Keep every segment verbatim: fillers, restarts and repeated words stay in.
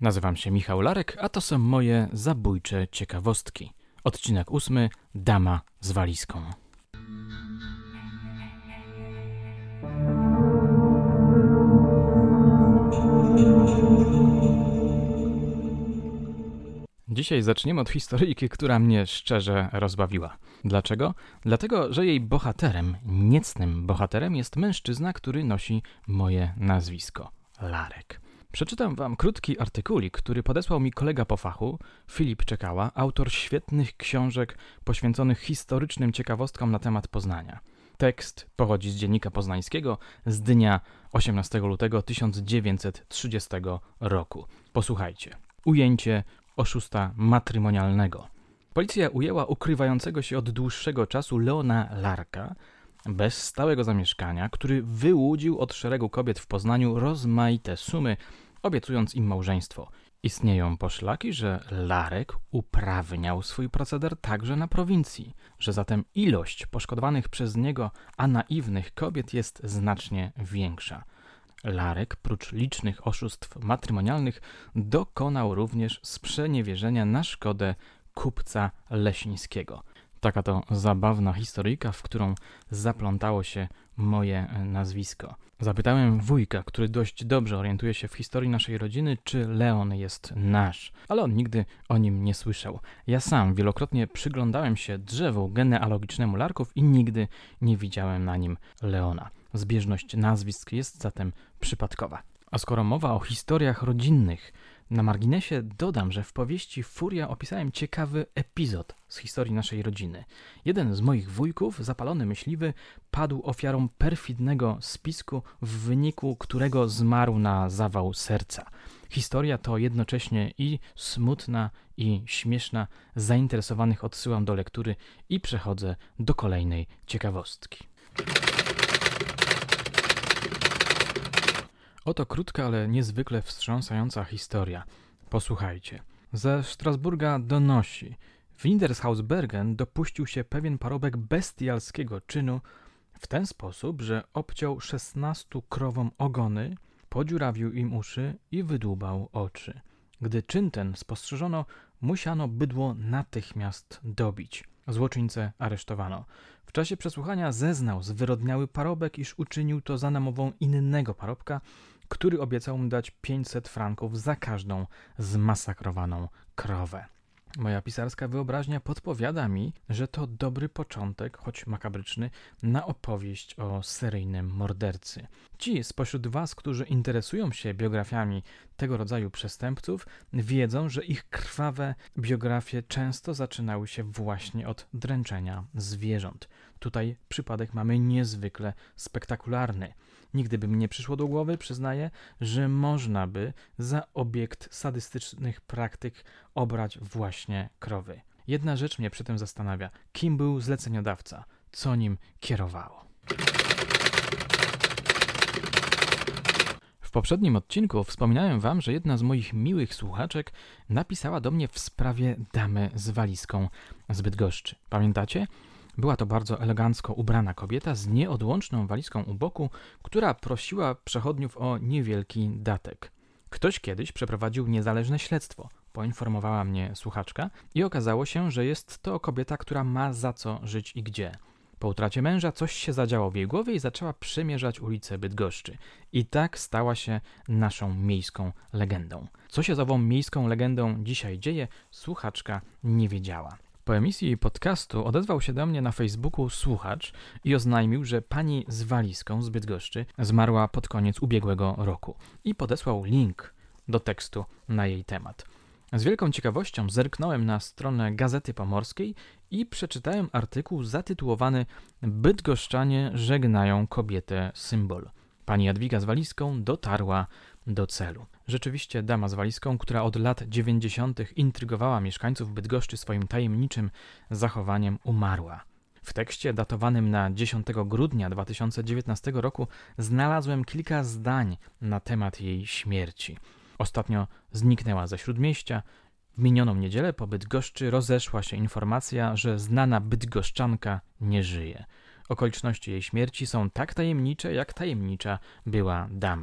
Nazywam się Michał Larek, a to są moje zabójcze ciekawostki. Odcinek ósmy. Dama z walizką. Dzisiaj zaczniemy od historyjki, która mnie szczerze rozbawiła. Dlaczego? Dlatego, że jej bohaterem, niecnym bohaterem jest mężczyzna, który nosi moje nazwisko. Larek. Przeczytam wam krótki artykulik, który podesłał mi kolega po fachu, Filip Czekała, autor świetnych książek poświęconych historycznym ciekawostkom na temat Poznania. Tekst pochodzi z Dziennika Poznańskiego z dnia osiemnastego lutego tysiąc dziewięćset trzydziestego roku. Posłuchajcie. Ujęcie oszusta matrymonialnego. Policja ujęła ukrywającego się od dłuższego czasu Leona Larka, bez stałego zamieszkania, który wyłudził od szeregu kobiet w Poznaniu rozmaite sumy, obiecując im małżeństwo. Istnieją poszlaki, że Larek uprawniał swój proceder także na prowincji, że zatem ilość poszkodowanych przez niego, a naiwnych kobiet jest znacznie większa. Larek, prócz licznych oszustw matrymonialnych, dokonał również sprzeniewierzenia na szkodę kupca Leśnińskiego. Taka to zabawna historyjka, w którą zaplątało się moje nazwisko. Zapytałem wujka, który dość dobrze orientuje się w historii naszej rodziny, czy Leon jest nasz, ale on nigdy o nim nie słyszał. Ja sam wielokrotnie przyglądałem się drzewu genealogicznemu Larków i nigdy nie widziałem na nim Leona. Zbieżność nazwisk jest zatem przypadkowa. A skoro mowa o historiach rodzinnych, na marginesie dodam, że w powieści Furia opisałem ciekawy epizod z historii naszej rodziny. Jeden z moich wujków, zapalony myśliwy, padł ofiarą perfidnego spisku, w wyniku którego zmarł na zawał serca. Historia to jednocześnie i smutna, i śmieszna. Zainteresowanych odsyłam do lektury i przechodzę do kolejnej ciekawostki. Oto krótka, ale niezwykle wstrząsająca historia. Posłuchajcie. Ze Strasburga donosi. W Niederhausbergen dopuścił się pewien parobek bestialskiego czynu w ten sposób, że obciął szesnastu krowom ogony, podziurawił im uszy i wydłubał oczy. Gdy czyn ten spostrzeżono, musiano bydło natychmiast dobić. Złoczyńcę aresztowano. W czasie przesłuchania zeznał zwyrodniały parobek, iż uczynił to za namową innego parobka, który obiecał mu dać pięćset franków za każdą zmasakrowaną krowę. Moja pisarska wyobraźnia podpowiada mi, że to dobry początek, choć makabryczny, na opowieść o seryjnym mordercy. Ci spośród was, którzy interesują się biografiami tego rodzaju przestępców, wiedzą, że ich krwawe biografie często zaczynały się właśnie od dręczenia zwierząt. Tutaj przypadek mamy niezwykle spektakularny. Nigdy by mi nie przyszło do głowy, przyznaję, że można by za obiekt sadystycznych praktyk obrać właśnie krowy. Jedna rzecz mnie przy tym zastanawia. Kim był zleceniodawca? Co nim kierowało? W poprzednim odcinku wspominałem wam, że jedna z moich miłych słuchaczek napisała do mnie w sprawie damy z walizką z Bydgoszczy. Pamiętacie? Była to bardzo elegancko ubrana kobieta z nieodłączną walizką u boku, która prosiła przechodniów o niewielki datek. Ktoś kiedyś przeprowadził niezależne śledztwo, poinformowała mnie słuchaczka, i okazało się, że jest to kobieta, która ma za co żyć i gdzie. Po utracie męża coś się zadziało w jej głowie i zaczęła przemierzać ulice Bydgoszczy. I tak stała się naszą miejską legendą. Co się z ową miejską legendą dzisiaj dzieje, słuchaczka nie wiedziała. Po emisji podcastu odezwał się do mnie na Facebooku słuchacz i oznajmił, że pani z walizką z Bydgoszczy zmarła pod koniec ubiegłego roku i podesłał link do tekstu na jej temat. Z wielką ciekawością zerknąłem na stronę Gazety Pomorskiej i przeczytałem artykuł zatytułowany „Bydgoszczanie żegnają kobietę symbol”. Pani Jadwiga z walizką dotarła do celu. Rzeczywiście dama z walizką, która od lat dziewięćdziesiątych intrygowała mieszkańców Bydgoszczy swoim tajemniczym zachowaniem, umarła. W tekście datowanym na dziesiątego grudnia dwa tysiące dziewiętnastego roku znalazłem kilka zdań na temat jej śmierci. Ostatnio zniknęła ze Śródmieścia. W minioną niedzielę po Bydgoszczy rozeszła się informacja, że znana bydgoszczanka nie żyje. Okoliczności jej śmierci są tak tajemnicze, jak tajemnicza była dama.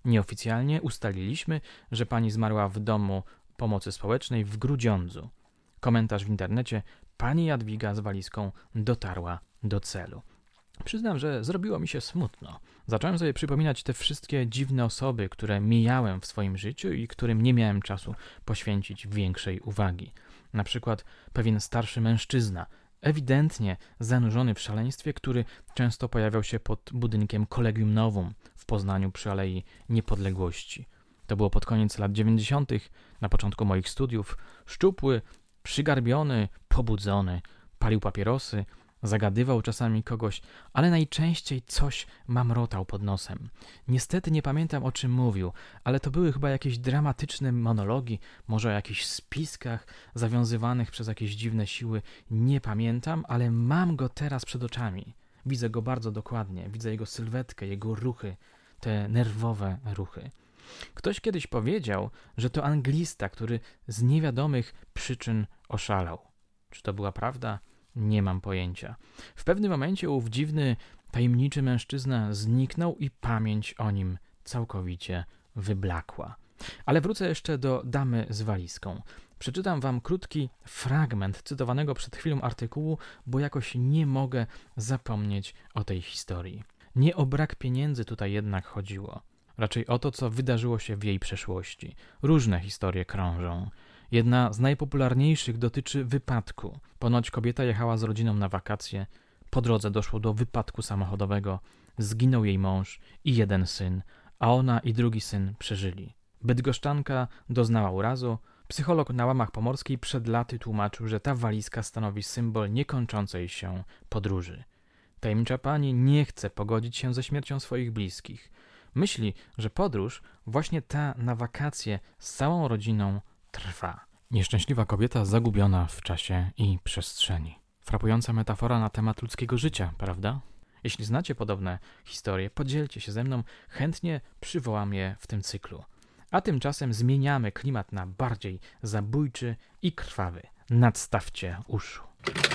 Nieoficjalnie ustaliliśmy, że pani zmarła w domu pomocy społecznej w Grudziądzu. Komentarz w internecie: pani Jadwiga z walizką dotarła do celu. Przyznam, że zrobiło mi się smutno. Zacząłem sobie przypominać te wszystkie dziwne osoby, które mijałem w swoim życiu i którym nie miałem czasu poświęcić większej uwagi. Na przykład pewien starszy mężczyzna, ewidentnie zanurzony w szaleństwie, który często pojawiał się pod budynkiem Collegium Novum w Poznaniu przy Alei Niepodległości. To było pod koniec lat dziewięćdziesiątych, na początku moich studiów. Szczupły, przygarbiony, pobudzony, palił papierosy, zagadywał czasami kogoś, ale najczęściej coś mamrotał pod nosem. Niestety nie pamiętam, o czym mówił, ale to były chyba jakieś dramatyczne monologi, może o jakichś spiskach zawiązywanych przez jakieś dziwne siły. Nie pamiętam, ale mam go teraz przed oczami. Widzę go bardzo dokładnie, widzę jego sylwetkę, jego ruchy, te nerwowe ruchy. Ktoś kiedyś powiedział, że to anglista, który z niewiadomych przyczyn oszalał. Czy to była prawda? Nie mam pojęcia. W pewnym momencie ów dziwny, tajemniczy mężczyzna zniknął i pamięć o nim całkowicie wyblakła. Ale wrócę jeszcze do damy z walizką. Przeczytam wam krótki fragment cytowanego przed chwilą artykułu, bo jakoś nie mogę zapomnieć o tej historii. Nie o brak pieniędzy tutaj jednak chodziło. Raczej o to, co wydarzyło się w jej przeszłości. Różne historie krążą. Jedna z najpopularniejszych dotyczy wypadku. Ponoć kobieta jechała z rodziną na wakacje. Po drodze doszło do wypadku samochodowego. Zginął jej mąż i jeden syn, a ona i drugi syn przeżyli. Bydgoszczanka doznała urazu. Psycholog na łamach Pomorskiej przed laty tłumaczył, że ta walizka stanowi symbol niekończącej się podróży. Tajemnicza pani nie chce pogodzić się ze śmiercią swoich bliskich. Myśli, że podróż, właśnie ta na wakacje z całą rodziną, trwa. Nieszczęśliwa kobieta zagubiona w czasie i przestrzeni. Frapująca metafora na temat ludzkiego życia, prawda? Jeśli znacie podobne historie, podzielcie się ze mną, chętnie przywołam je w tym cyklu. A tymczasem zmieniamy klimat na bardziej zabójczy i krwawy. Nadstawcie uszu.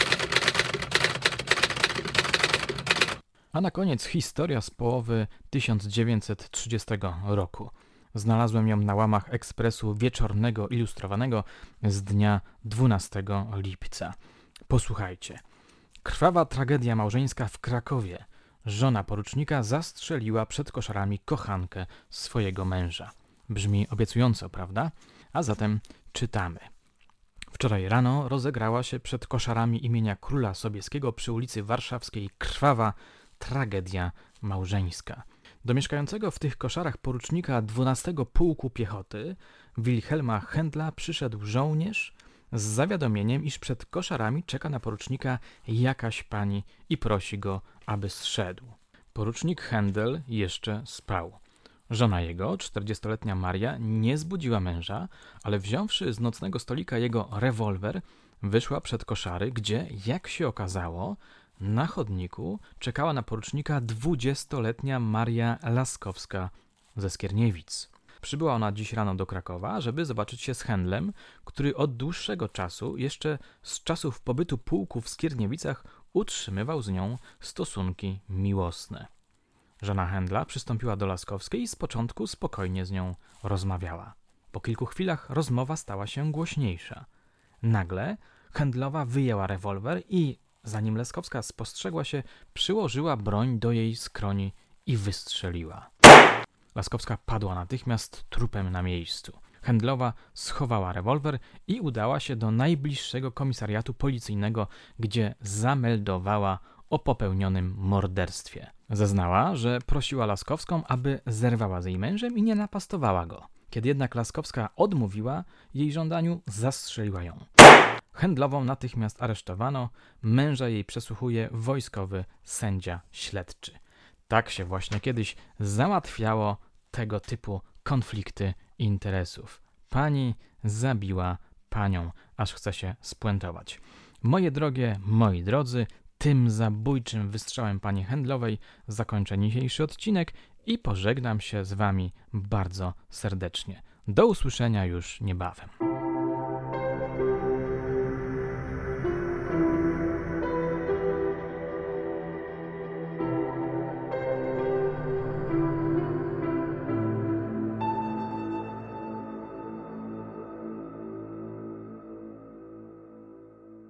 A na koniec historia z połowy tysiąc dziewięćset trzydziestego roku. Znalazłem ją na łamach Ekspresu Wieczornego Ilustrowanego z dnia dwunastego lipca. Posłuchajcie. Krwawa tragedia małżeńska w Krakowie. Żona porucznika zastrzeliła przed koszarami kochankę swojego męża. Brzmi obiecująco, prawda? A zatem czytamy. Wczoraj rano rozegrała się przed koszarami imienia Króla Sobieskiego przy ulicy Warszawskiej krwawa tragedia małżeńska. Do mieszkającego w tych koszarach porucznika dwunastego Pułku Piechoty Wilhelma Händla przyszedł żołnierz z zawiadomieniem, iż przed koszarami czeka na porucznika jakaś pani i prosi go, aby zszedł. Porucznik Händel jeszcze spał. Żona jego, czterdziestoletnia Maria, nie zbudziła męża, ale wziąwszy z nocnego stolika jego rewolwer, wyszła przed koszary, gdzie, jak się okazało, na chodniku czekała na porucznika dwudziestoletnia Maria Laskowska ze Skierniewic. Przybyła ona dziś rano do Krakowa, żeby zobaczyć się z Händlem, który od dłuższego czasu, jeszcze z czasów pobytu pułku w Skierniewicach, utrzymywał z nią stosunki miłosne. Żona Händla przystąpiła do Laskowskiej i z początku spokojnie z nią rozmawiała. Po kilku chwilach rozmowa stała się głośniejsza. Nagle Händlowa wyjęła rewolwer i, zanim Laskowska spostrzegła się, przyłożyła broń do jej skroni i wystrzeliła. Laskowska padła natychmiast trupem na miejscu. Händlowa schowała rewolwer i udała się do najbliższego komisariatu policyjnego, gdzie zameldowała o popełnionym morderstwie. Zeznała, że prosiła Laskowską, aby zerwała z jej mężem i nie napastowała go. Kiedy jednak Laskowska odmówiła jej żądaniu, zastrzeliła ją. Händlową natychmiast aresztowano, męża jej przesłuchuje wojskowy sędzia śledczy. Tak się właśnie kiedyś załatwiało tego typu konflikty interesów. Pani zabiła panią, aż chce się spuentować. Moje drogie, moi drodzy, tym zabójczym wystrzałem pani Händlowej zakończę dzisiejszy odcinek i pożegnam się z wami bardzo serdecznie. Do usłyszenia już niebawem.